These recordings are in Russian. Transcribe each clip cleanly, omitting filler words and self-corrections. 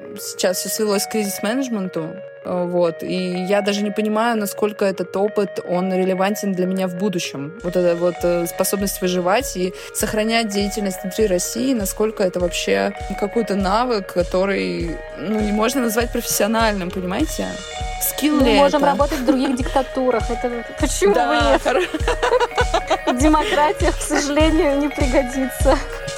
сейчас все свелось к кризис-менеджменту. Вот. И я даже не понимаю, насколько этот опыт, он релевантен для меня в будущем. Вот эта вот способность выживать и сохранять деятельность внутри России, насколько это вообще какой-то навык, который не можно назвать профессиональным, понимаете? Скилл ли Мы можем это? работать в других диктатурах. Это почему бы нет? Демократия, к сожалению, не пригодится.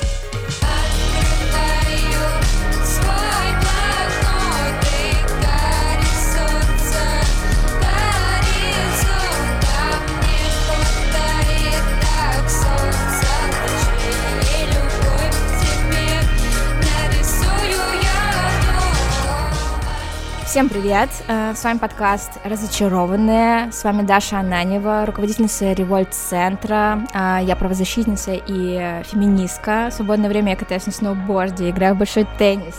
Всем привет! С вами подкаст «Разочарованные». С вами Даша Ананьева, руководительница Револьт-центра. Я правозащитница и феминистка. В свободное время я катаюсь на сноуборде, играю в большой теннис.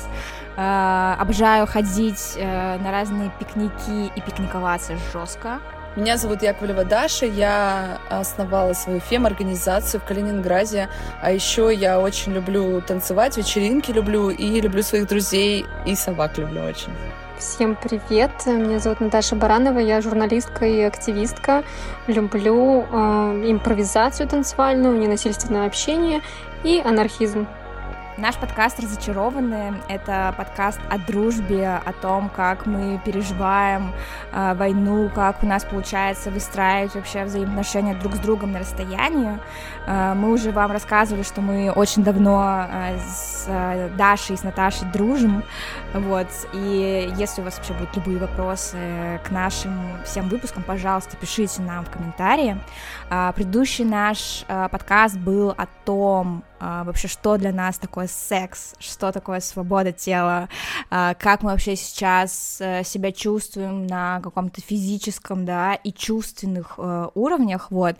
Обожаю ходить на разные пикники и пикниковаться жестко. Меня зовут Яковлева Даша, я основала свою фем-организацию в Калининграде, а еще я очень люблю танцевать, вечеринки люблю, и люблю своих друзей, и собак люблю очень. Всем привет, меня зовут Наташа Баранова, я журналистка и активистка, люблю импровизацию танцевальную, ненасильственное общение и анархизм. Наш подкаст «Разочарованные» — это подкаст о дружбе, о том, как мы переживаем войну, как у нас получается выстраивать вообще взаимоотношения друг с другом на расстоянии. Мы уже вам рассказывали, что мы очень давно с Дашей и с Наташей дружим, вот, и если у вас вообще будут любые вопросы к нашим всем выпускам, пожалуйста, пишите нам в комментарии. Предыдущий наш подкаст был о том, вообще, что для нас такое секс, что такое свобода тела, как мы вообще сейчас себя чувствуем на каком-то физическом, да, и чувственных уровнях, вот,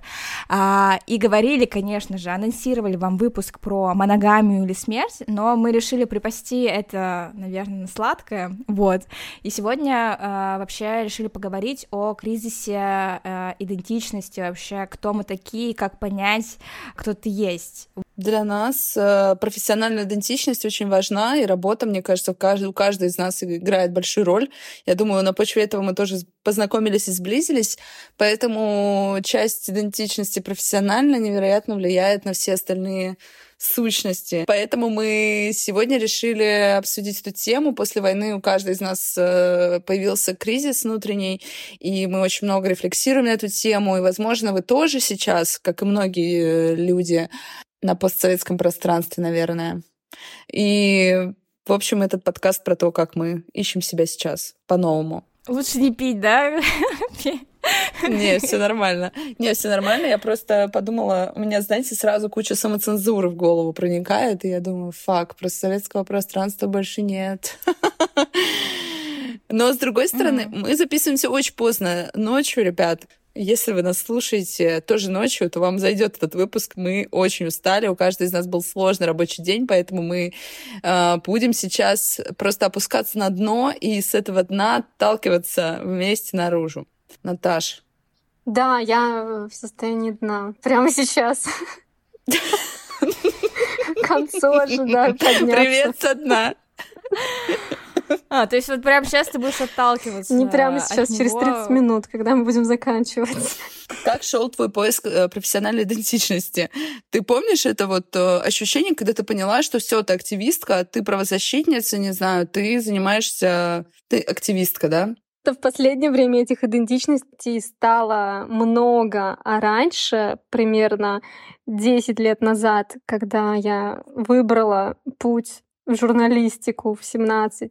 и говорили, конечно же, анонсировали вам выпуск про моногамию или смерть, но мы решили припасти это, наверное, на сладкое, вот, и сегодня вообще решили поговорить о кризисе идентичности, вообще, кто мы такие, как понять, кто ты есть. Для нас профессиональная идентичность очень важна, и работа, мне кажется, у каждой из нас играет большую роль. Я думаю, на почве этого мы тоже познакомились и сблизились, поэтому часть идентичности профессионально невероятно влияет на все остальные сущности. Поэтому мы сегодня решили обсудить эту тему. После войны у каждой из нас появился кризис внутренний, и мы очень много рефлексируем на эту тему, и, возможно, вы тоже сейчас, как и многие люди, на постсоветском пространстве, наверное. И, в общем, этот подкаст про то, как мы ищем себя сейчас по-новому. Лучше не пить, да? Не, все нормально. Я просто подумала, у меня, знаете, сразу куча самоцензуры в голову проникает, и я думаю, постсоветского пространства больше нет. Но, с другой стороны, мы записываемся очень поздно ночью, ребят. Если вы нас слушаете тоже ночью, то вам зайдет этот выпуск. Мы очень устали, у каждой из нас был сложный рабочий день, поэтому мы будем сейчас просто опускаться на дно и с этого дна отталкиваться вместе наружу. Наташ. Да, я в состоянии дна прямо сейчас. К концу ожидаю подняться. Привет со дна. То есть вот прямо сейчас ты будешь отталкиваться. Не прямо сейчас, через 30 минут, когда мы будем заканчивать. Как шел твой поиск профессиональной идентичности? Ты помнишь это вот ощущение, когда ты поняла, что все, ты активистка, ты правозащитница, не знаю, ты активистка, да? В последнее время этих идентичностей стало много, а раньше, примерно 10 лет назад, когда я выбрала путь в журналистику в 16-17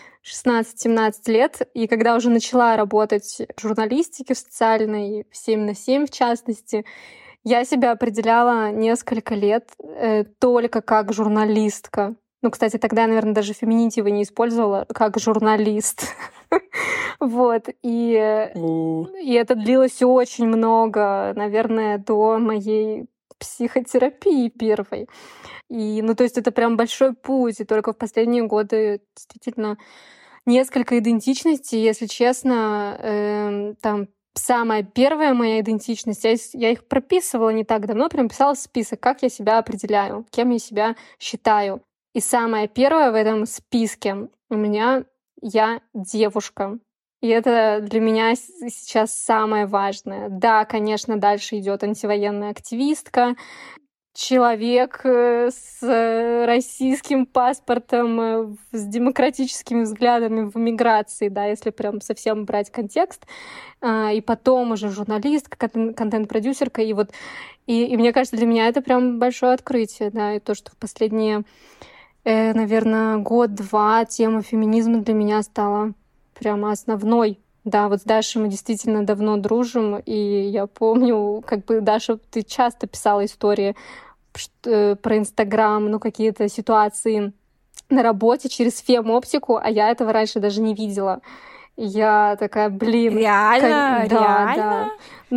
лет, и когда уже начала работать в журналистике, в социальной, в 7/7 в частности, я себя определяла несколько лет только как журналистка. Ну, кстати, тогда я, наверное, даже феминитивы не использовала, как журналист. Вот. И это длилось очень много, наверное, до моей психотерапии первой. И, то есть это прям большой путь. И только в последние годы действительно несколько идентичностей, если честно, там самая первая моя идентичность, я их прописывала не так давно, прям писала список, как я себя определяю, кем я себя считаю. И самое первое в этом списке Я девушка. И это для меня сейчас самое важное. Да, конечно, дальше идет антивоенная активистка, человек с российским паспортом, с демократическими взглядами в эмиграции, да, если прям совсем брать контекст. И потом уже журналистка, контент-продюсерка. И мне кажется, для меня это прям большое открытие, да, и то, что в последние, наверное, год-два тема феминизма для меня стала прямо основной. Да, вот с Дашей мы действительно давно дружим, и я помню, Даша, ты часто писала истории про Инстаграм, какие-то ситуации на работе через фем-оптику, а я этого раньше даже не видела. И я такая, Реально? Да.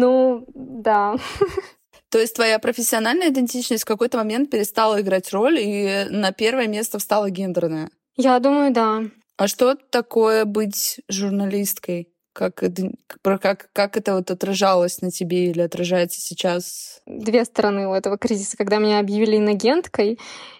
Да. То есть твоя профессиональная идентичность в какой-то момент перестала играть роль, и на первое место встала гендерная? Я думаю, да. А что такое быть журналисткой? Как это отражалось на тебе или отражается сейчас? Две стороны у этого кризиса. Когда меня объявили инагенткой,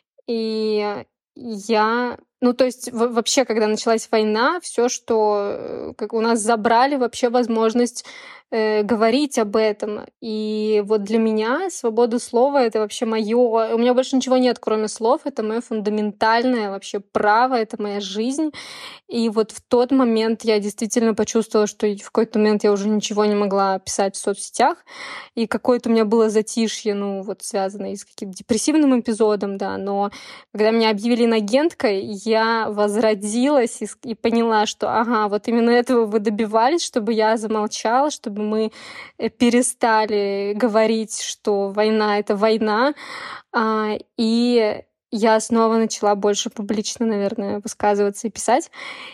и я... вообще, когда началась война, все, что у нас забрали вообще возможность говорить об этом. И вот для меня свобода слова — это вообще моё. У меня больше ничего нет, кроме слов. Это моё фундаментальное вообще право, это моя жизнь. И вот в тот момент я действительно почувствовала, что в какой-то момент я уже ничего не могла писать в соцсетях. И какое-то у меня было затишье, связанное с каким-то депрессивным эпизодом, да. Но когда меня объявили инагенткой, я возродилась и поняла, что вот именно этого вы добивались, чтобы я замолчала, чтобы мы перестали говорить, что война — это война. И я снова начала больше публично, наверное, высказываться и писать.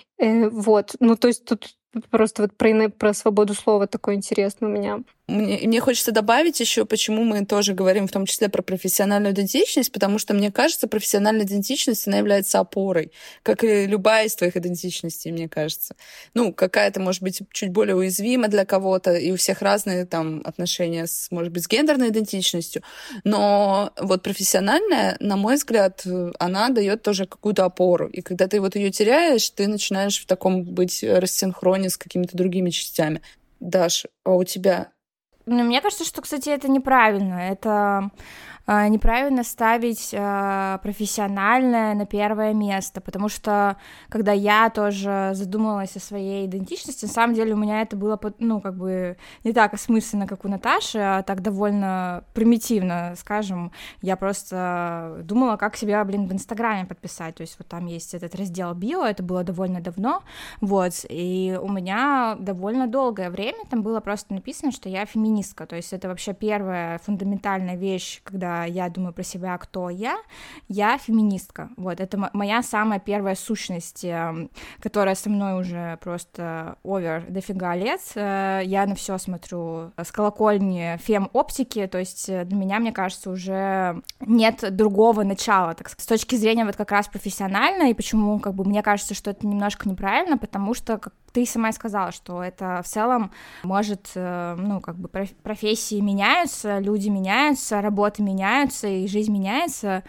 То есть тут просто про свободу слова такое интересное у меня. Мне хочется добавить еще, почему мы тоже говорим в том числе про профессиональную идентичность, потому что, мне кажется, профессиональная идентичность, она является опорой, как и любая из твоих идентичностей, мне кажется. Какая-то, может быть, чуть более уязвима для кого-то, и у всех разные там отношения, может быть, с гендерной идентичностью, но вот профессиональная, на мой взгляд, она дает тоже какую-то опору, и когда ты вот ее теряешь, ты начинаешь в таком быть рассинхроне с какими-то другими частями. Даш, а у тебя? Мне кажется, что, кстати, это неправильно. Это неправильно ставить профессиональное на первое место, потому что, когда я тоже задумалась о своей идентичности, на самом деле у меня это было, не так осмысленно, как у Наташи, а так довольно примитивно, скажем. Я просто думала, как себя, в Инстаграме подписать, то есть вот там есть этот раздел био, это было довольно давно, и у меня довольно долгое время там было просто написано, что я феминистка, то есть это вообще первая фундаментальная вещь, когда я думаю про себя, кто я феминистка, это моя самая первая сущность, которая со мной уже просто дофига лет, я на все смотрю с колокольни фем-оптики, то есть для меня, мне кажется, уже нет другого начала, так сказать, с точки зрения вот как раз профессионально, и почему, мне кажется, что это немножко неправильно, потому что, как ты сама и сказала, что это в целом может, профессии меняются, люди меняются, работы меняются, и жизнь меняется,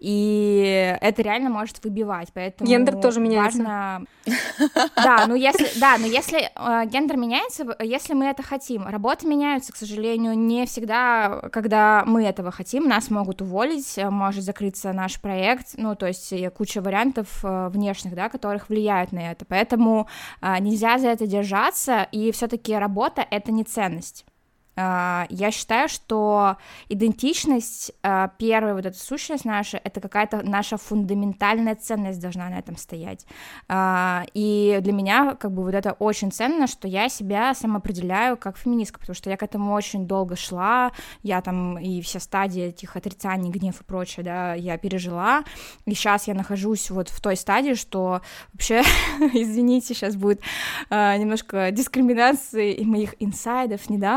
и это реально может выбивать, поэтому гендер тоже меняется. Важно... Да, но если гендер меняется, если мы это хотим, работы меняются, к сожалению, не всегда, когда мы этого хотим, нас могут уволить, может закрыться наш проект, то есть куча вариантов внешних, да, которых влияют на это, поэтому нельзя за это держаться, и все-таки работа — это не ценность. Я считаю, что идентичность, первая вот эта сущность наша, это какая-то наша фундаментальная ценность должна на этом стоять. И для меня вот это очень ценно, что я себя самоопределяю как феминистка, потому что я к этому очень долго шла, я там и все стадии этих отрицаний, гнев и прочее, да, я пережила, и сейчас я нахожусь вот в той стадии, что вообще, извините, сейчас будет немножко дискриминации моих инсайдов недавних,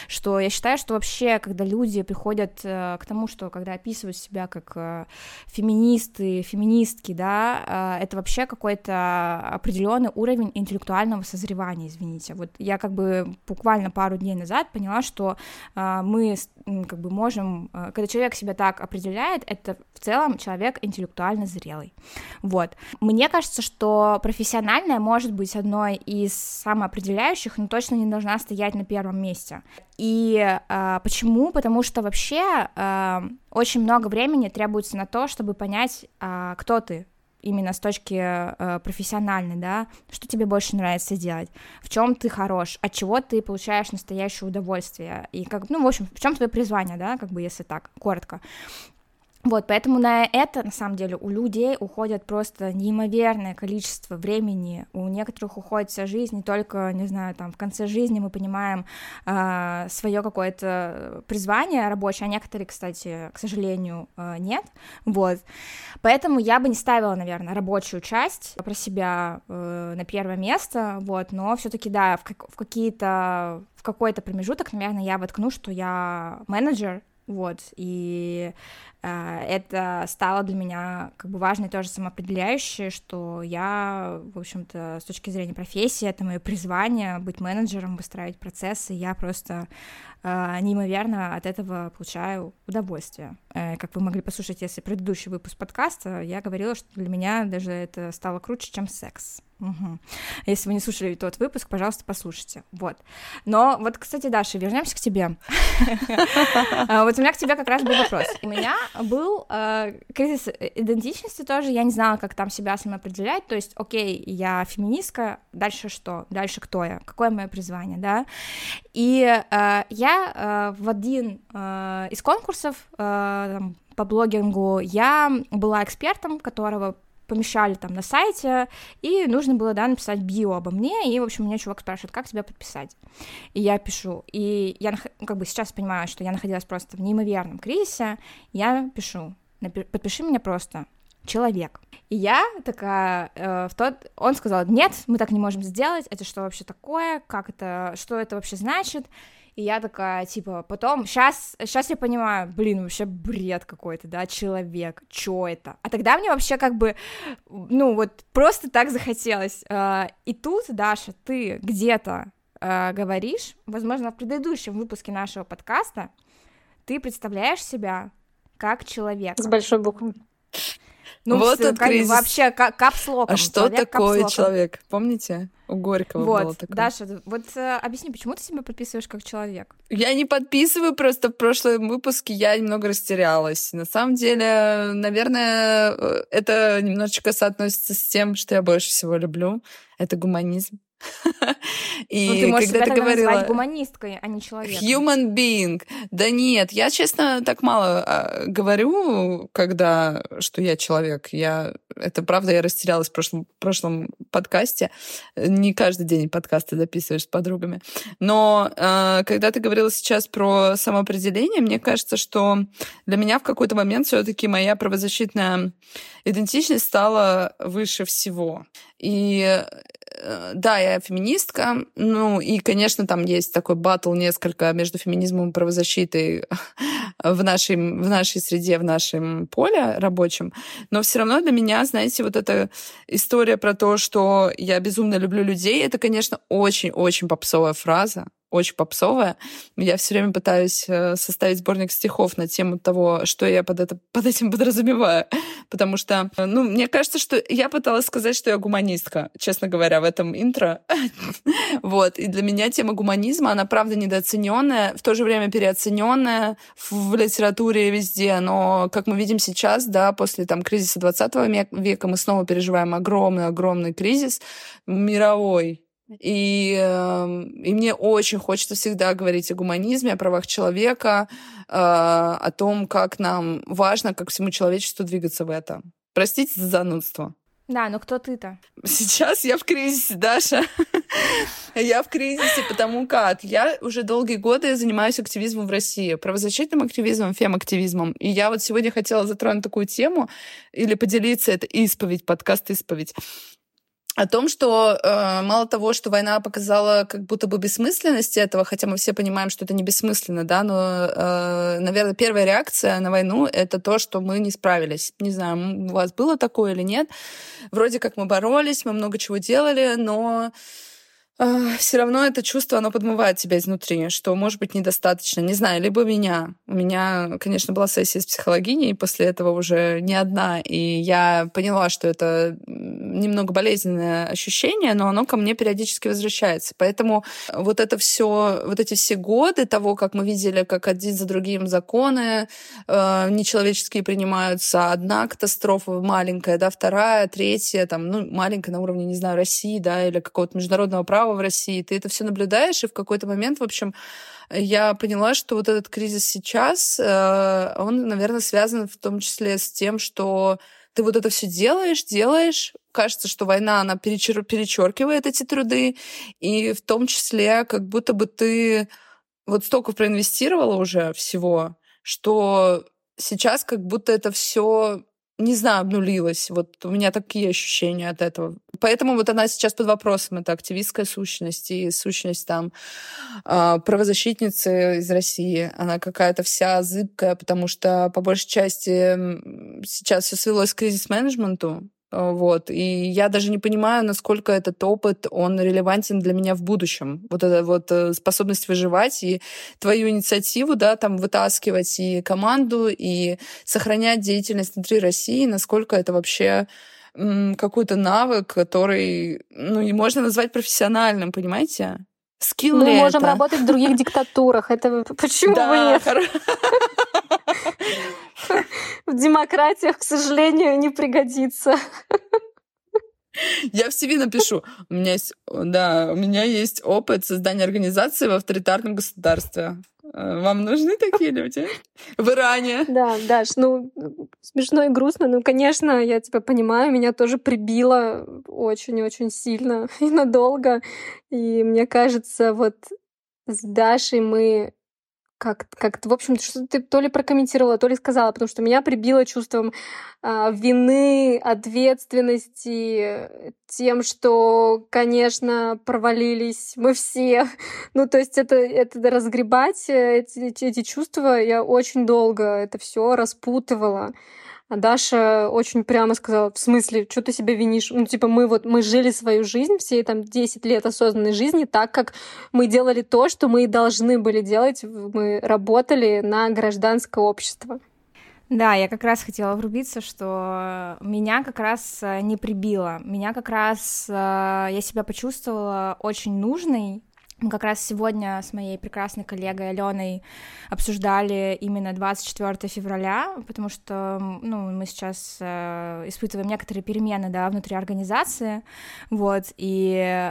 что я считаю, что вообще, когда люди приходят к тому, что когда описывают себя как феминисты, феминистки, да, это вообще какой-то определенный уровень интеллектуального созревания, извините. Вот я как бы буквально пару дней назад поняла, что мы как бы можем, когда человек себя так определяет, это в целом человек интеллектуально зрелый. Вот. Мне кажется, что профессиональная может быть одной из самоопределяющих, но точно не должна стоять на первом месте. И почему? Потому что вообще очень много времени требуется на то, чтобы понять, кто ты, именно с точки профессиональной, да, что тебе больше нравится делать, в чем ты хорош, от чего ты получаешь настоящее удовольствие, и как, ну, в общем, в чем твое призвание, да, как бы, если так, коротко. Вот, поэтому на это, на самом деле, у людей уходит просто неимоверное количество времени, у некоторых уходит вся жизнь, не только, не знаю, там, в конце жизни мы понимаем свое какое-то призвание рабочее, а некоторые, кстати, к сожалению, нет, вот, поэтому я бы не ставила, наверное, рабочую часть про себя на первое место, вот, но все-таки, да, в какой-то промежуток, наверное, я воткну, что я менеджер, вот, и это стало для меня как бы важной тоже самоопределяющей, что я, в общем-то, с точки зрения профессии, это мое призвание быть менеджером, выстраивать процессы, я просто неимоверно от этого получаю удовольствие. Как вы могли послушать, если предыдущий выпуск подкаста, я говорила, что для меня даже это стало круче, чем секс. Угу. Если вы не слушали тот выпуск, пожалуйста, послушайте. Вот. Но вот, кстати, Даша, вернемся к тебе. Вот у меня к тебе как раз был вопрос. У меня был кризис идентичности тоже, я не знала, как там себя самоопределять, то есть, окей, я феминистка, дальше что? Дальше кто я? Какое мое призвание, да? И я в один из конкурсов по блогингу я была экспертом, которого помещали там на сайте, и нужно было, да, написать био обо мне, и, в общем, меня чувак спрашивает, как тебя подписать, и я пишу, и я, как бы, сейчас понимаю, что я находилась просто в неимоверном кризисе, я пишу, подпиши меня просто человек, и я такая, он сказал, нет, мы так не можем сделать, это что вообще такое, как это, что это вообще значит? И я такая, типа, потом, сейчас я понимаю, блин, вообще бред какой-то, да, человек, чё это? А тогда мне вообще как бы, ну, вот просто так захотелось. И тут, Даша, ты где-то говоришь, возможно, в предыдущем выпуске нашего подкаста, ты представляешь себя как человека. С большой буквы. Ну, вот этот кризис. Вообще капслоком. А что такое человек? Помните? У Горького было такое. Даша, вот объясни, почему ты себя подписываешь как человек? Я не подписываю, просто в прошлом выпуске я немного растерялась. На самом деле, наверное, это немножечко соотносится с тем, что я больше всего люблю. Это гуманизм. И ну, ты можешь себя тогда назвать гуманисткой, а не человеком. Human being. Да нет, я, честно, так мало говорю, когда, что я человек. Это правда, я растерялась в прошлом подкасте. Не каждый день подкасты записываешь с подругами. Но когда ты говорила сейчас про самоопределение, мне кажется, что для меня в какой-то момент все-таки моя правозащитная идентичность стала выше всего. И да, я феминистка, ну и, конечно, там есть такой баттл несколько между феминизмом и правозащитой в нашей среде, в нашем поле рабочем, но все равно для меня, знаете, вот эта история про то, что я безумно люблю людей, это, конечно, очень-очень попсовая фраза, очень попсовая. Я все время пытаюсь составить сборник стихов на тему того, что я под этим подразумеваю. Потому что, ну, мне кажется, что я пыталась сказать, что я гуманистка, честно говоря, в этом интро. Вот. И для меня тема гуманизма, она, правда, недооцененная, в то же время переоцененная в литературе и везде. Но, как мы видим сейчас, да, после там кризиса 20 века мы снова переживаем огромный кризис мировой. И мне очень хочется всегда говорить о гуманизме, о правах человека, о том, как нам важно, как всему человечеству двигаться в это. Простите за занудство. Да, но кто ты-то? Сейчас я в кризисе, Даша. Я в кризисе, потому как я уже долгие годы занимаюсь активизмом в России, правозащитным активизмом, фем-активизмом. И я вот сегодня хотела затронуть такую тему или поделиться, это исповедь, подкаст «Исповедь». о том, что мало того, что война показала как будто бы бессмысленность этого, хотя мы все понимаем, что это не бессмысленно, да, но, наверное, первая реакция на войну — это то, что мы не справились. Не знаю, у вас было такое или нет. Вроде как мы боролись, мы много чего делали, но все равно это чувство, оно подмывает тебя изнутри, что, может быть, недостаточно. Не знаю, либо меня. У меня, конечно, была сессия с психологиней, после этого уже не одна, и я поняла, что это немного болезненное ощущение, но оно ко мне периодически возвращается. Поэтому вот это все, вот эти все годы того, как мы видели, как один за другим законы нечеловеческие принимаются, одна катастрофа маленькая, да, вторая, третья, там, ну, маленькая на уровне, не знаю, России, да, или какого-то международного права в России, ты это все наблюдаешь, и в какой-то момент, в общем, я поняла, что вот этот кризис сейчас, он, наверное, связан в том числе с тем, что ты вот это все делаешь, кажется, что война, она перечеркивает эти труды, и в том числе как будто бы ты вот столько проинвестировала уже всего, что сейчас как будто это все, не знаю, обнулилось. Вот у меня такие ощущения от этого. Поэтому вот она сейчас под вопросом. Это активистская сущность и сущность там правозащитницы из России. Она какая-то вся зыбкая, потому что по большей части сейчас все свелось к кризис-менеджменту. Вот. И я даже не понимаю, насколько этот опыт, он релевантен для меня в будущем. Вот эта вот способность выживать и твою инициативу, да, там вытаскивать и команду, и сохранять деятельность внутри России, насколько это вообще какой-то навык, который, ну, не можно назвать профессиональным, понимаете? Скилл ли это? Мы можем работать в других диктатурах. Это почему бы нет? В демократиях, к сожалению, не пригодится. Я в CV напишу. У меня есть опыт создания организации в авторитарном государстве. Вам нужны такие люди? В Иране. Да, Даш, ну, смешно и грустно. Ну, конечно, я тебя понимаю, меня тоже прибило очень-очень сильно и надолго. И мне кажется, вот с Дашей мы как-то, в общем, что ты то ли прокомментировала, то ли сказала, потому что меня прибило чувством вины, ответственности, тем, что, конечно, провалились мы все. Ну, то есть это разгребать эти чувства я очень долго это все распутывала. А Даша очень прямо сказала: в смысле, что ты себя винишь? Ну, типа, мы жили свою жизнь, все там 10 лет осознанной жизни, так как мы делали то, что мы и должны были делать. Мы работали на гражданское общество. Да, я как раз хотела врубиться, что меня как раз не прибило. Меня как раз я себя почувствовала очень нужной. Мы как раз сегодня с моей прекрасной коллегой Аленой обсуждали именно 24 февраля, потому что, ну, мы сейчас испытываем некоторые перемены, да, внутри организации, вот, и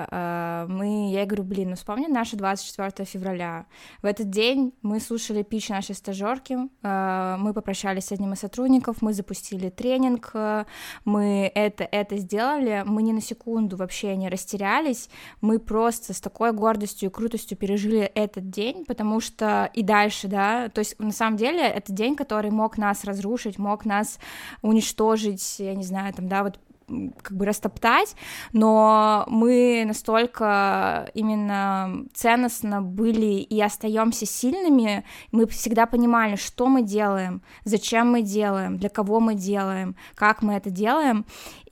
я ей говорю: блин, ну вспомни наше 24 февраля. В этот день мы слушали пич нашей стажёрки, мы попрощались с одним из сотрудников, мы запустили тренинг, мы это сделали, мы ни на секунду вообще не растерялись, мы просто с такой гордостью и крутостью пережили этот день, потому что и дальше, да, то есть на самом деле это день, который мог нас разрушить, мог нас уничтожить, я не знаю, там, да, вот как бы растоптать, но мы настолько именно ценностно были и остаемся сильными, мы всегда понимали, что мы делаем, зачем мы делаем, для кого мы делаем, как мы это делаем,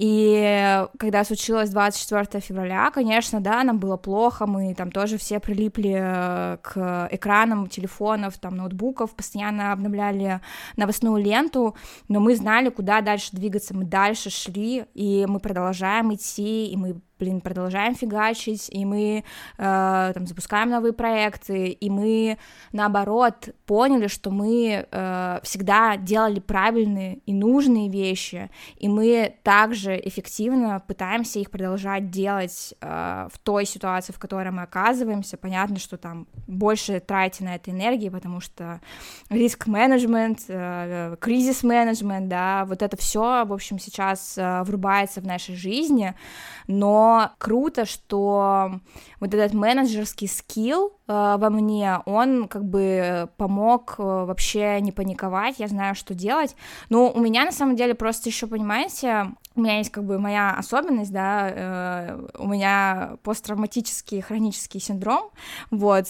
и когда случилось 24 февраля, конечно, да, нам было плохо, мы там тоже все прилипли к экранам телефонов, там, ноутбуков, постоянно обновляли новостную ленту, но мы знали, куда дальше двигаться, мы дальше шли, и мы продолжаем идти, и мы, продолжаем фигачить, и мы там запускаем новые проекты, и мы, наоборот, поняли, что мы всегда делали правильные и нужные вещи, и мы также эффективно пытаемся их продолжать делать в той ситуации, в которой мы оказываемся. Понятно, что там больше тратить на это энергии, потому что риск-менеджмент, кризис-менеджмент, да, вот это все, в общем, сейчас врубается в нашей жизни, но но круто, что вот этот менеджерский скилл во мне, он как бы помог вообще не паниковать, я знаю, что делать. Но у меня на самом деле просто еще, понимаете, у меня есть как бы моя особенность, да, у меня посттравматический хронический синдром, вот,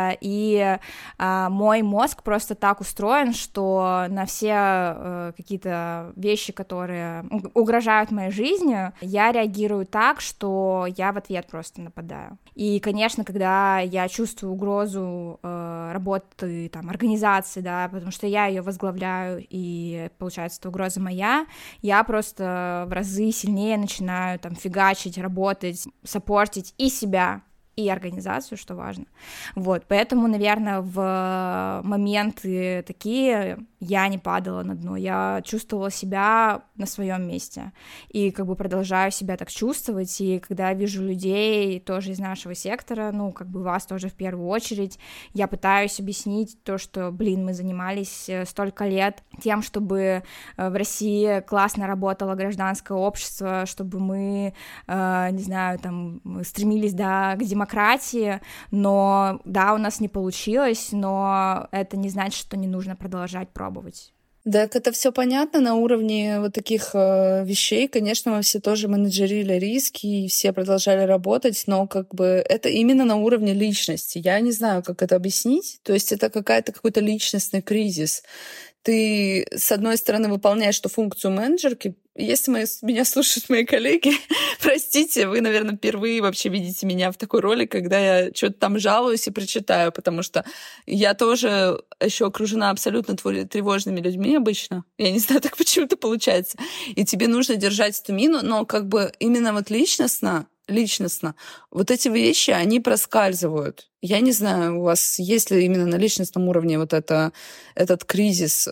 и мой мозг просто так устроен, что на все какие-то вещи, которые угрожают моей жизни, я реагирую так, что я в ответ просто нападаю. И, конечно, когда я чувствую угрозу работы, там, организации, да, потому что я ее возглавляю, и, получается, это угроза моя, я просто в разы сильнее начинаю там фигачить, работать, саппортить и себя, и организацию, что важно. Вот, поэтому, наверное, в моменты такие я не падала на дно, я чувствовала себя на своем месте, и как бы продолжаю себя так чувствовать, и когда я вижу людей тоже из нашего сектора, ну, как бы вас тоже в первую очередь, я пытаюсь объяснить то, что, мы занимались столько лет тем, чтобы в России классно работало гражданское общество, чтобы мы, не знаю, там, стремились, да, к демократии, но, да, у нас не получилось, но это не значит, что не нужно продолжать пробовать. Так это все понятно на уровне вот таких вещей. Конечно, мы все тоже менеджерили риски и все продолжали работать, но как бы это именно на уровне личности. Я не знаю, как это объяснить. То есть это какой-то личностный кризис. Ты, с одной стороны, выполняешь ту функцию менеджерки. Если меня слушают мои коллеги, простите, вы, наверное, впервые вообще видите меня в такой роли, когда я что-то там жалуюсь и прочитаю, потому что я тоже еще окружена абсолютно тревожными людьми обычно. Я не знаю, так почему-то получается. И тебе нужно держать эту мину, но как бы именно вот личностно, вот эти вещи, они проскальзывают. Я не знаю, у вас есть ли именно на личностном уровне вот этот кризис?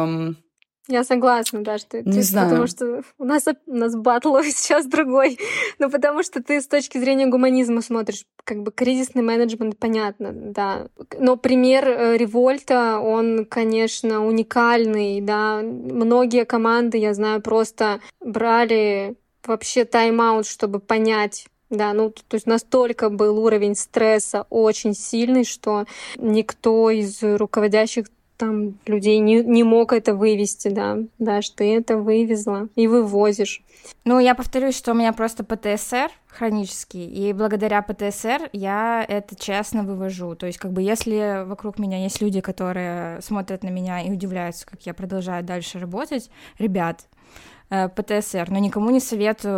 Я согласна, да, что не знаю. Потому что у нас батл сейчас другой. Ну, потому что ты с точки зрения гуманизма смотришь, как бы кризисный менеджмент, понятно, да. Но пример Револьта, он, конечно, уникальный, да. Многие команды, я знаю, просто брали вообще тайм-аут, чтобы понять. Да, ну, то есть настолько был уровень стресса очень сильный, что никто из руководящих там людей не мог это вывести, да. Даш, ты это вывезла и вывозишь. Ну, я повторюсь, что у меня просто ПТСР хронический, и благодаря ПТСР я это честно вывожу. То есть, как бы, если вокруг меня есть люди, которые смотрят на меня и удивляются, как я продолжаю дальше работать, ребят, ПТСР, но никому не советую,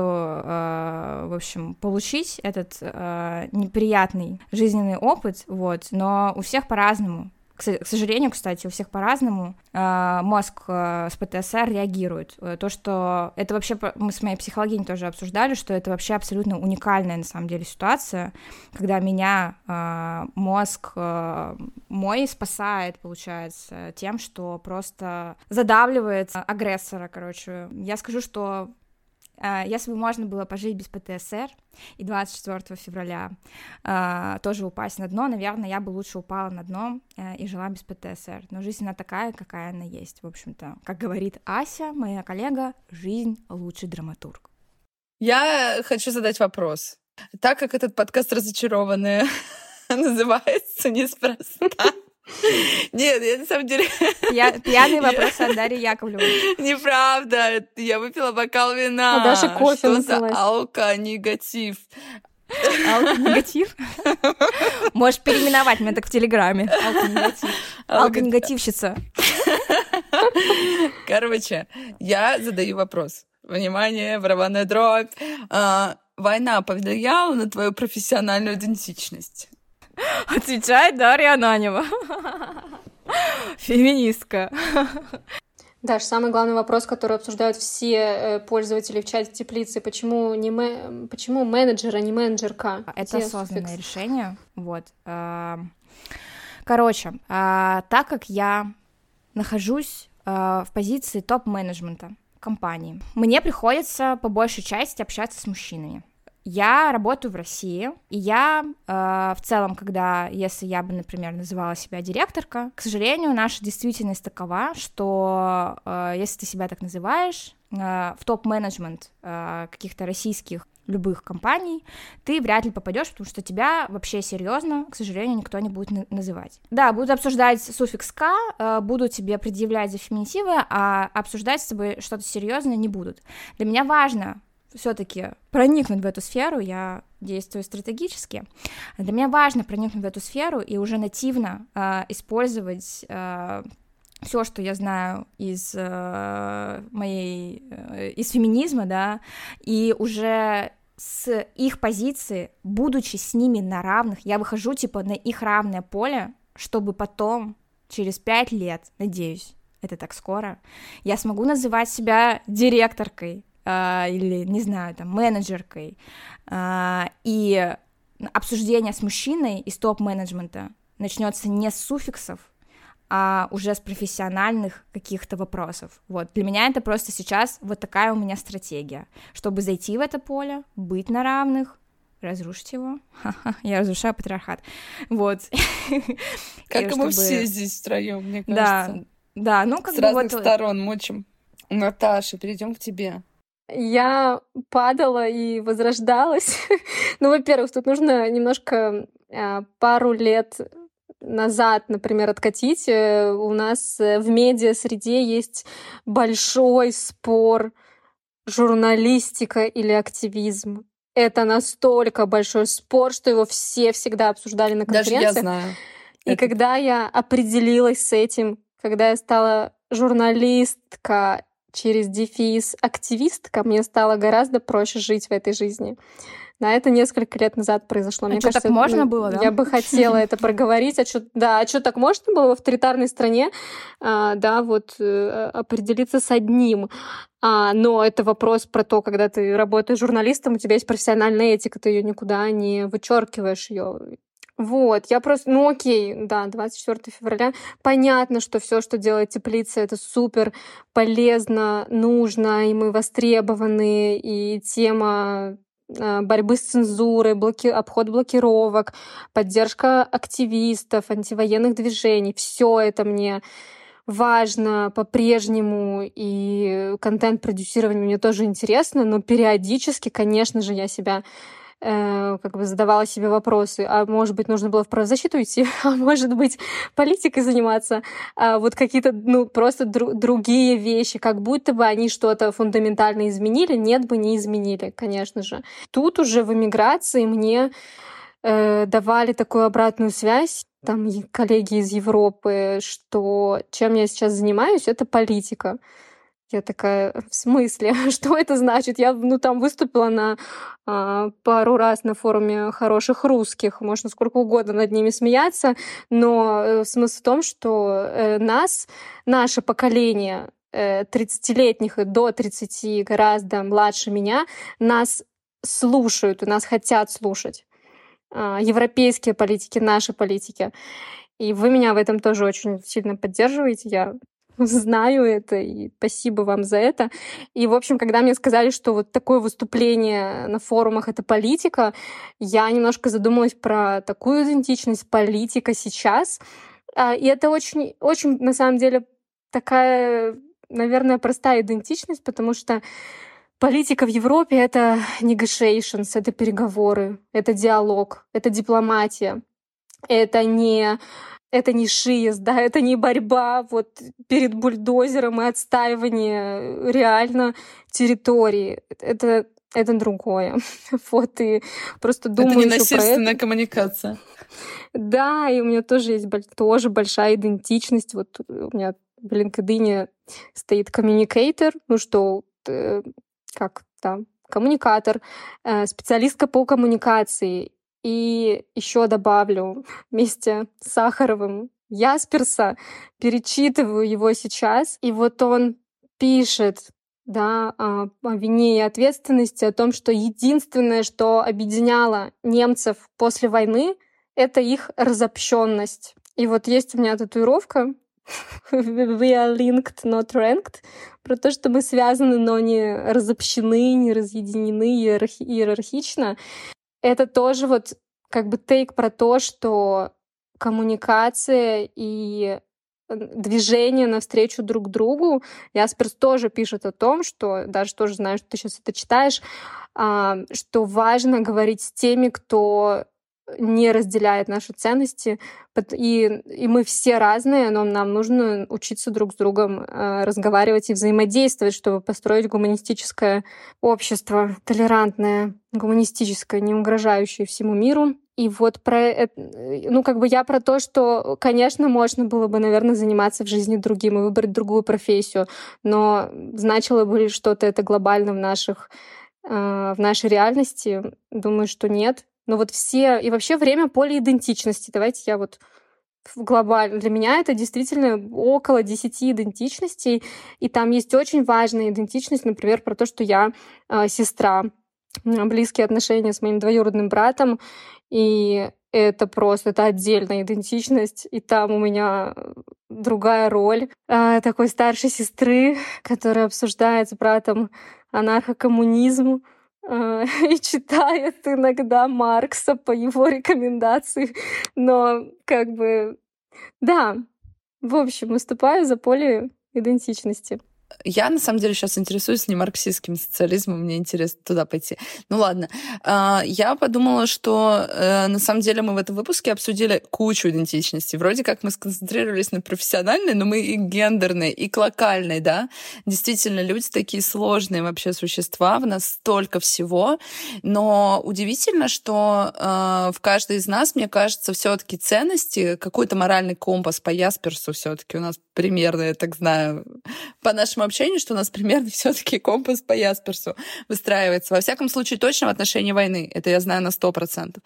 в общем, получить этот неприятный жизненный опыт, вот, но у всех по-разному. К сожалению, кстати, у всех по-разному мозг с ПТСР реагирует. То, что это вообще, мы с моей психологиней тоже обсуждали, что это вообще абсолютно уникальная, на самом деле, ситуация, когда меня мозг мой спасает, получается, тем, что просто задавливает агрессора, короче. Я скажу, что если бы можно было пожить без ПТСР и 24 февраля тоже упасть на дно, наверное, я бы лучше упала на дно и жила без ПТСР. Но жизнь, она такая, какая она есть. В общем-то, как говорит Ася, моя коллега, жизнь лучший драматург. Я хочу задать вопрос. Так как этот подкаст «Разочарованные» называется неспроста. Нет, я на самом деле... Пьяный вопрос от Дарьи Яковлевой. Неправда, я выпила бокал вина. А Даша кофе называлась. Что за алко-негатив? Алко-негатив? Можешь переименовать меня так в Телеграме. Алко-негатив. Алко-негативщица. Короче, я задаю вопрос. Внимание, барабанная дробь. Война повлияла на твою профессиональную идентичность? Отвечает Дарья Ананева. Феминистка. Даш, самый главный вопрос, который обсуждают все пользователи в чате теплицы, почему менеджер, а не менеджерка? Это осознанное решение. Вот. Короче, так как я нахожусь в позиции топ-менеджмента компании, мне приходится по большей части общаться с мужчинами. Я работаю в России, и я в целом, если я бы, например, называла себя директорка, к сожалению, наша действительность такова, что если ты себя так называешь, в топ-менеджмент каких-то российских любых компаний, ты вряд ли попадешь, потому что тебя вообще серьезно, к сожалению, никто не будет называть. Да, будут обсуждать суффикс «к», будут тебе предъявлять за феминитивы, а обсуждать с тобой что-то серьезное не будут. Для меня важно все-таки проникнуть в эту сферу, я действую стратегически. Для меня важно проникнуть в эту сферу и уже нативно использовать все, что я знаю из феминизма, да, и уже с их позиции, будучи с ними на равных, я выхожу, типа, на их равное поле, чтобы потом, через 5 лет, надеюсь, это так скоро, я смогу называть себя директоркой, или, не знаю, там, менеджеркой, и обсуждение с мужчиной из топ-менеджмента начнется не с суффиксов, а уже с профессиональных каких-то вопросов. Вот, для меня это просто сейчас вот такая у меня стратегия, чтобы зайти в это поле, быть на равных, разрушить его. Я разрушаю патриархат. Вот. Как и мы все здесь втроем, мне кажется. Да, ну как бы вот... С разных сторон мочим. Наташа, перейдем к тебе. Я падала и возрождалась. Ну, во-первых, тут нужно немножко пару лет назад, например, откатить. У нас в медиа-среде есть большой спор: журналистика или активизм. Это настолько большой спор, что его все всегда обсуждали на конференциях. Даже я знаю. И когда я определилась с этим, когда я стала журналистка через дефис активистка, мне стало гораздо проще жить в этой жизни. Да, это несколько лет назад произошло. Мне кажется, так можно было, да? Я бы хотела это проговорить. А что так можно было в авторитарной стране, определиться с одним? Но это вопрос про то, когда ты работаешь журналистом, у тебя есть профессиональная этика, ты ее никуда не вычеркиваешь ее. Вот, я просто, 24 февраля. Понятно, что все, что делает Теплица, это супер полезно, нужно, и мы востребованы, и тема борьбы с цензурой, обход блокировок, поддержка активистов, антивоенных движений. Все это мне важно по-прежнему, и контент-продюсирование мне тоже интересно, но периодически, конечно же, я себя задавала себе вопросы, а может быть, нужно было в правозащиту идти, а может быть, политикой заниматься, вот какие-то, просто другие вещи, как будто бы они что-то фундаментально изменили, нет бы не изменили, конечно же. Тут уже в эмиграции мне давали такую обратную связь, там коллеги из Европы, что чем я сейчас занимаюсь, это политика. Я такая: в смысле? Что это значит? Я там выступила на пару раз на форуме хороших русских. Можно сколько угодно над ними смеяться, но смысл в том, что наше поколение 30-летних и до 30 гораздо младше меня, нас слушают и нас хотят слушать. Европейские политики, наши политики. И вы меня в этом тоже очень сильно поддерживаете. Я знаю это, и спасибо вам за это. И, в общем, когда мне сказали, что вот такое выступление на форумах — это политика, я немножко задумалась про такую идентичность, политика сейчас. И это очень, очень, на самом деле, такая, наверное, простая идентичность, потому что политика в Европе — это negotiations, это переговоры, это диалог, это дипломатия. Это не шиес, да, это не борьба вот перед бульдозером и отстаивание реально территории. Это другое. Вот, и просто думаю это не еще про это. насильственная коммуникация. Да, и у меня тоже есть тоже большая идентичность. Вот у меня в LinkedIn стоит communicator, коммуникатор, специалистка по коммуникации. И еще добавлю вместе с Сахаровым Ясперса, перечитываю его сейчас, и вот он пишет, о вине и ответственности, о том, что единственное, что объединяло немцев после войны, это их разобщенность. И вот есть у меня татуировка We are linked, not ranked, про то, что мы связаны, но не разобщены, не разъединены иерархично. Это тоже вот как бы тейк про то, что коммуникация и движение навстречу друг другу. Ясперс тоже пишет о том, что, даже тоже знаю, что ты сейчас это читаешь, что важно говорить с теми, кто не разделяет наши ценности, и мы все разные, но нам нужно учиться друг с другом разговаривать и взаимодействовать, чтобы построить гуманистическое общество, толерантное, гуманистическое, не угрожающее всему миру. И вот я про то, что, конечно, можно было бы, наверное, заниматься в жизни другим и выбрать другую профессию, но значило бы ли что-то это глобально в нашей реальности? Думаю, что нет. Но вот и вообще время полиидентичности. Давайте я вот глобально. Для меня это действительно около 10 идентичностей, и там есть очень важная идентичность, например, про то, что я сестра. У меня близкие отношения с моим двоюродным братом, и это отдельная идентичность, и там у меня другая роль такой старшей сестры, которая обсуждает с братом анархокоммунизм, и читает иногда Маркса по его рекомендации. Но да, в общем, выступаю за полиидентичности. Я, на самом деле, сейчас интересуюсь не марксистским социализмом, мне интересно туда пойти. Ну ладно. Я подумала, что на самом деле мы в этом выпуске обсудили кучу идентичностей. Вроде как мы сконцентрировались на профессиональной, но мы и гендерной, и локальной, да. Действительно, люди такие сложные вообще существа, в нас столько всего. Но удивительно, что в каждой из нас, мне кажется, все-таки ценности, какой-то моральный компас по Ясперсу все-таки у нас примерно, я так знаю, по нашему общению, что у нас примерно все-таки компас по Ясперсу выстраивается. Во всяком случае, точно в отношении войны. Это я знаю на 100%.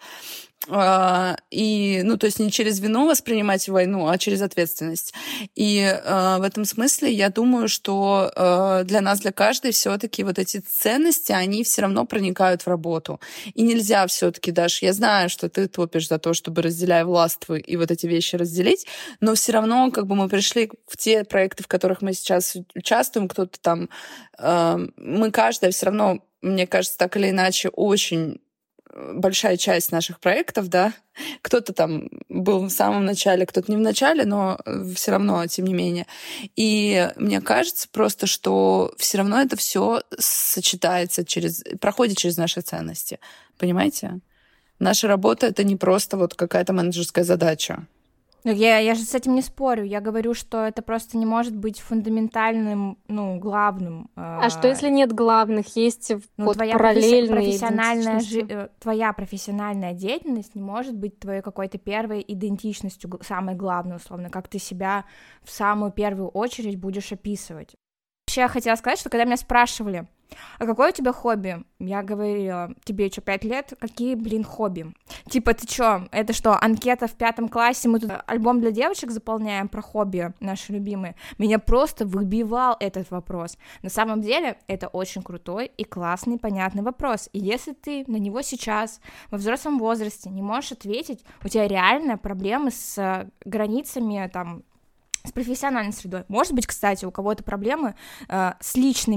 И, то есть не через вину воспринимать войну, а через ответственность. И в этом смысле я думаю, что для нас, для каждой все-таки вот эти ценности, они все равно проникают в работу. И нельзя все-таки, Даш, я знаю, что ты топишь за то, чтобы разделяй, властвуй и вот эти вещи разделить, но все равно мы пришли в те проекты, в которых мы сейчас участвуем, кто-то там, мы каждая все равно, мне кажется, так или иначе, очень большая часть наших проектов, да, кто-то там был в самом начале, кто-то не в начале, но все равно, тем не менее. И мне кажется просто, что все равно это все сочетается проходит через наши ценности. Понимаете? Наша работа — это не просто вот какая-то менеджерская задача. Я же с этим не спорю. Я говорю, что это просто не может быть фундаментальным, главным. А что, если нет главных? Есть параллельные твоя профессиональная деятельность не может быть твоей какой-то первой идентичностью, самой главной, условно, как ты себя в самую первую очередь будешь описывать. Вообще, я хотела сказать, что когда меня спрашивали, а какое у тебя хобби? Я говорила, тебе что, 5 лет? Какие, хобби? Типа, ты что, это что, анкета в 5 классе? Мы тут альбом для девочек заполняем про хобби наши любимые. Меня просто выбивал этот вопрос. На самом деле, это очень крутой и классный, понятный вопрос. И если ты на него сейчас, во взрослом возрасте, не можешь ответить, у тебя реально проблемы с границами, с профессиональной средой. Может быть, кстати, у кого-то проблемы с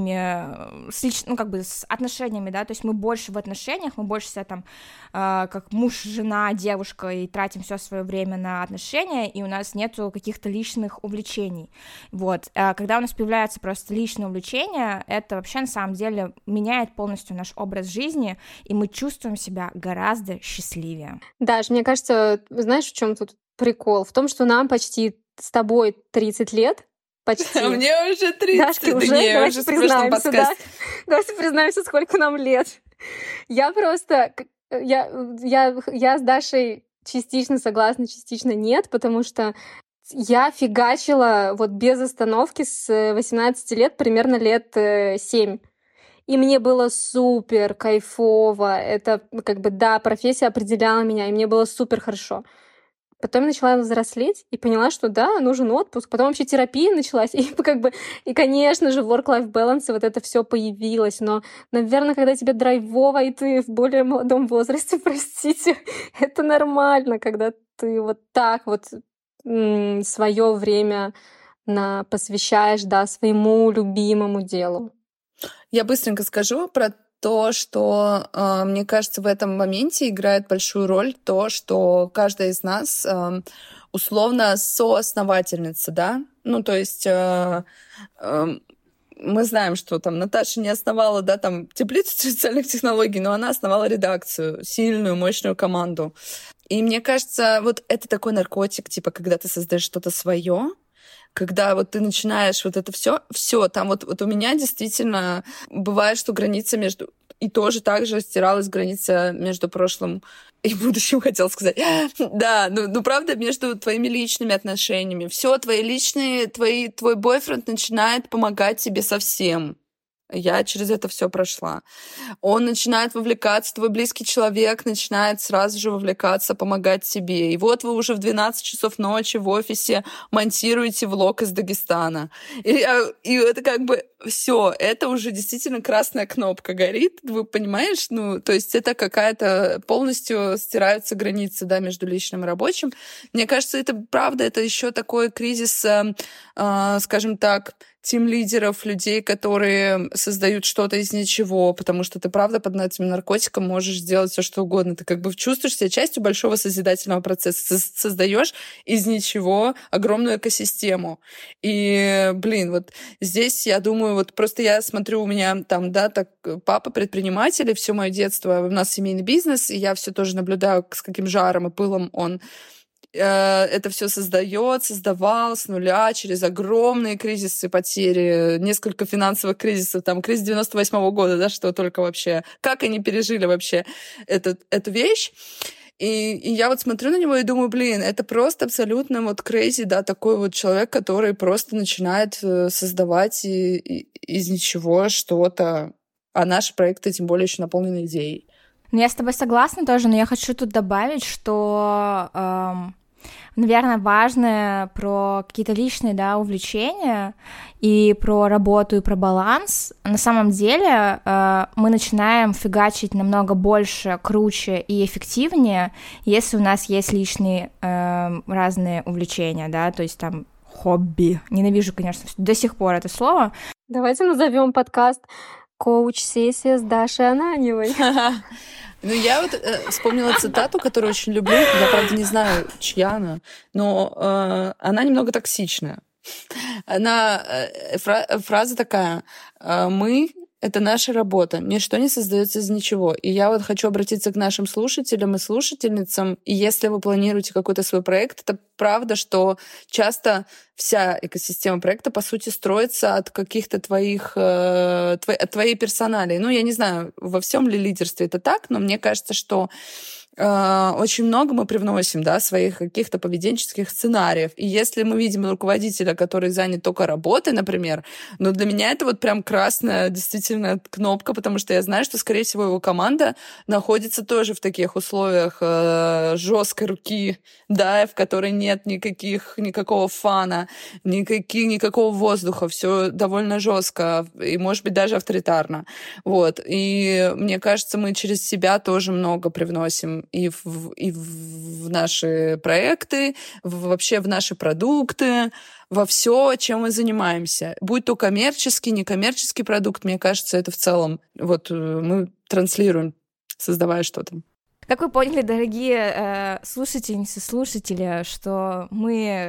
отношениями, да, то есть мы больше в отношениях, мы больше себя как муж, жена, девушка, и тратим все свое время на отношения, и у нас нету каких-то личных увлечений. Вот. Когда у нас появляется просто личное увлечение, это вообще на самом деле меняет полностью наш образ жизни, и мы чувствуем себя гораздо счастливее. Даш, мне кажется, знаешь, в чем тут прикол? В том, что нам почти с тобой 30 лет, почти. А мне уже 30. Дашке уже, давайте признаемся, да? Давайте признаемся, сколько нам лет. Я с Дашей частично согласна, частично нет, потому что я фигачила без остановки с 18 лет примерно лет 7. И мне было супер кайфово. Это профессия определяла меня, и мне было супер хорошо. Потом я начала взрослеть и поняла, что да, нужен отпуск. Потом вообще терапия началась. И конечно же, work-life balance, вот это все появилось. Но, наверное, когда тебе драйвово, и ты в более молодом возрасте, простите, это нормально, когда ты свое время посвящаешь, да, своему любимому делу. Я быстренько скажу про то, что, мне кажется, в этом моменте играет большую роль то, что каждая из нас условно соосновательница, да? Ну, то есть мы знаем, что там Наташа не основала, да, там теплицу социальных технологий, но она основала редакцию, сильную, мощную команду. И мне кажется, вот это такой наркотик, типа, когда ты создаешь что-то свое, когда вот ты начинаешь вот это все, там вот у меня действительно бывает, что граница между... И тоже так же стиралась граница между прошлым и будущим, хотела сказать. Да, ну правда, между твоими личными отношениями. Все твои личные, твой бойфренд начинает помогать тебе со всем. Я через это все прошла. Он начинает вовлекаться, твой близкий человек начинает сразу же вовлекаться, помогать тебе. И вот вы уже в 12 часов ночи в офисе монтируете влог из Дагестана. И это как бы все, это уже действительно красная кнопка горит, вы понимаешь? Ну, то есть это какая-то полностью стираются границы, да, между личным и рабочим. Мне кажется, это правда, это еще такой кризис, скажем так, тим-лидеров, людей, которые создают что-то из ничего, потому что ты, правда, под этим наркотиком можешь сделать все, что угодно. Ты как бы чувствуешь себя частью большого созидательного процесса. Создаешь из ничего огромную экосистему. И, блин, вот здесь, я думаю, вот просто я смотрю, у меня там, да, так папа предприниматель, и все мое детство, у нас семейный бизнес, и я все тоже наблюдаю, с каким жаром и пылом он это все создавал с нуля через огромные кризисы, потери, несколько финансовых кризисов, там кризис 98-го года, да, что только вообще, как они пережили вообще эту вещь. И я вот смотрю на него и думаю, блин, это просто абсолютно вот crazy, да, такой вот человек, который просто начинает создавать из ничего что-то, а наши проекты тем более еще наполнены идеей. Ну, я с тобой согласна тоже, но я хочу тут добавить, что, наверное, важное про какие-то личные, да, увлечения и про работу, и про баланс. На самом деле мы начинаем фигачить намного больше, круче и эффективнее, если у нас есть личные разные увлечения, да, то есть там хобби. Ненавижу, конечно, до сих пор это слово. Давайте назовем подкаст «Коуч-сессия с Дашей Ананьевой». Ну, я вот вспомнила цитату, которую очень люблю. Я, правда, не знаю, чья она, но она немного токсичная. Фраза такая: «Мы — это наша работа, ничто не создается из ничего». И я вот хочу обратиться к нашим слушателям и слушательницам. И если вы планируете какой-то свой проект, это правда, что часто вся экосистема проекта, по сути, строится от каких-то от твоей персоналии. Ну, я не знаю, во всем ли лидерстве это так, но мне кажется, что очень много мы привносим, да, своих каких-то поведенческих сценариев. И если мы видим руководителя, который занят только работой, например, ну, для меня это вот прям красная действительно кнопка, потому что я знаю, что, скорее всего, его команда находится тоже в таких условиях жесткой руки, да, в которой нет никакого фана, никакого воздуха, все довольно жестко и, может быть, даже авторитарно. Вот. И мне кажется, мы через себя тоже много привносим и в наши проекты, вообще в наши продукты, во все, чем мы занимаемся. Будь то коммерческий, некоммерческий продукт, мне кажется, это в целом вот мы транслируем, создавая что-то. Как вы поняли, дорогие слушательницы, слушатели, что у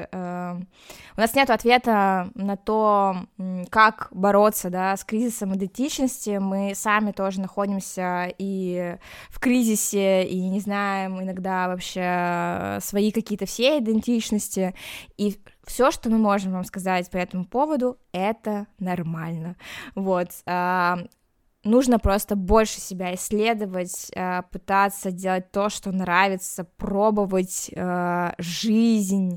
нас нет ответа на то, как бороться, да, с кризисом идентичности. Мы сами тоже находимся и в кризисе, и не знаем иногда вообще свои какие-то все идентичности. И все, что мы можем вам сказать по этому поводу, это нормально. Вот. Нужно просто больше себя исследовать, пытаться делать то, что нравится, пробовать жизнь,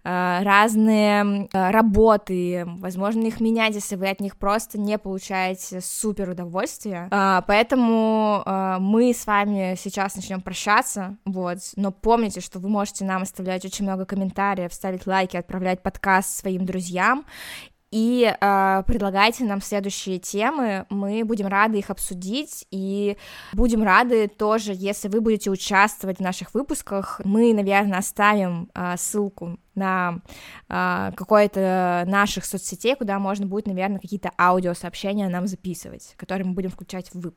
разные работы, возможно, их менять, если вы от них просто не получаете супер удовольствия. Поэтому мы с вами сейчас начнем прощаться, вот, но помните, что вы можете нам оставлять очень много комментариев, ставить лайки, отправлять подкаст своим друзьям, и предлагайте нам следующие темы, мы будем рады их обсудить, и будем рады тоже, если вы будете участвовать в наших выпусках. Мы, наверное, оставим ссылку на какой-то наших соцсетей, куда можно будет, наверное, какие-то аудиосообщения нам записывать, которые мы будем включать в выпуск.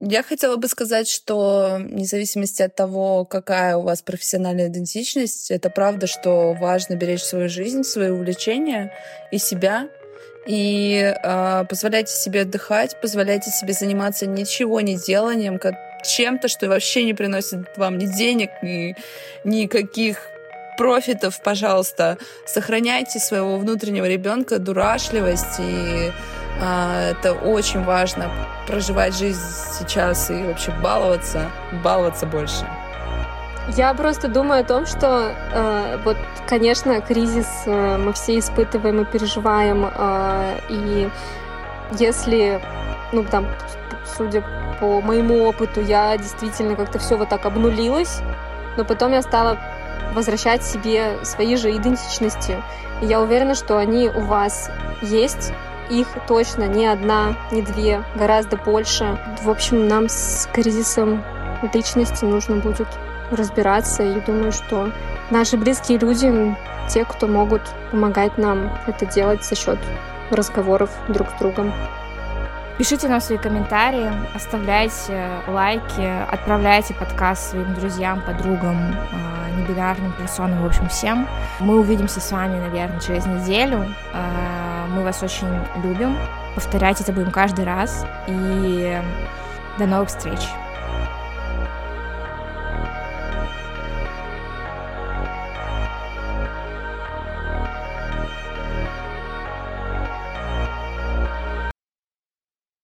Я хотела бы сказать, что вне зависимости от того, какая у вас профессиональная идентичность, это правда, что важно беречь свою жизнь, свои увлечения и себя. И позволяйте себе отдыхать, позволяйте себе заниматься ничего не деланием, чем-то, что вообще не приносит вам ни денег, ни никаких профитов, пожалуйста. Сохраняйте своего внутреннего ребенка, дурашливость, и это очень важно, проживать жизнь сейчас и вообще баловаться больше. Я просто думаю о том, что вот, конечно, кризис мы все испытываем и переживаем, и если, судя по моему опыту, я действительно как-то все вот так обнулилась, но потом я стала возвращать себе свои же идентичности. И я уверена, что они у вас есть. Их точно не одна, не две, гораздо больше. В общем, нам с кризисом личности нужно будет разбираться. И думаю, что наши близкие люди, те, кто могут помогать нам это делать за счет разговоров друг с другом. Пишите нам свои комментарии, оставляйте лайки, отправляйте подкаст своим друзьям, подругам, небинарным персонам, в общем, всем. Мы увидимся с вами, наверное, через неделю. Мы вас очень любим. Повторять это будем каждый раз. И до новых встреч!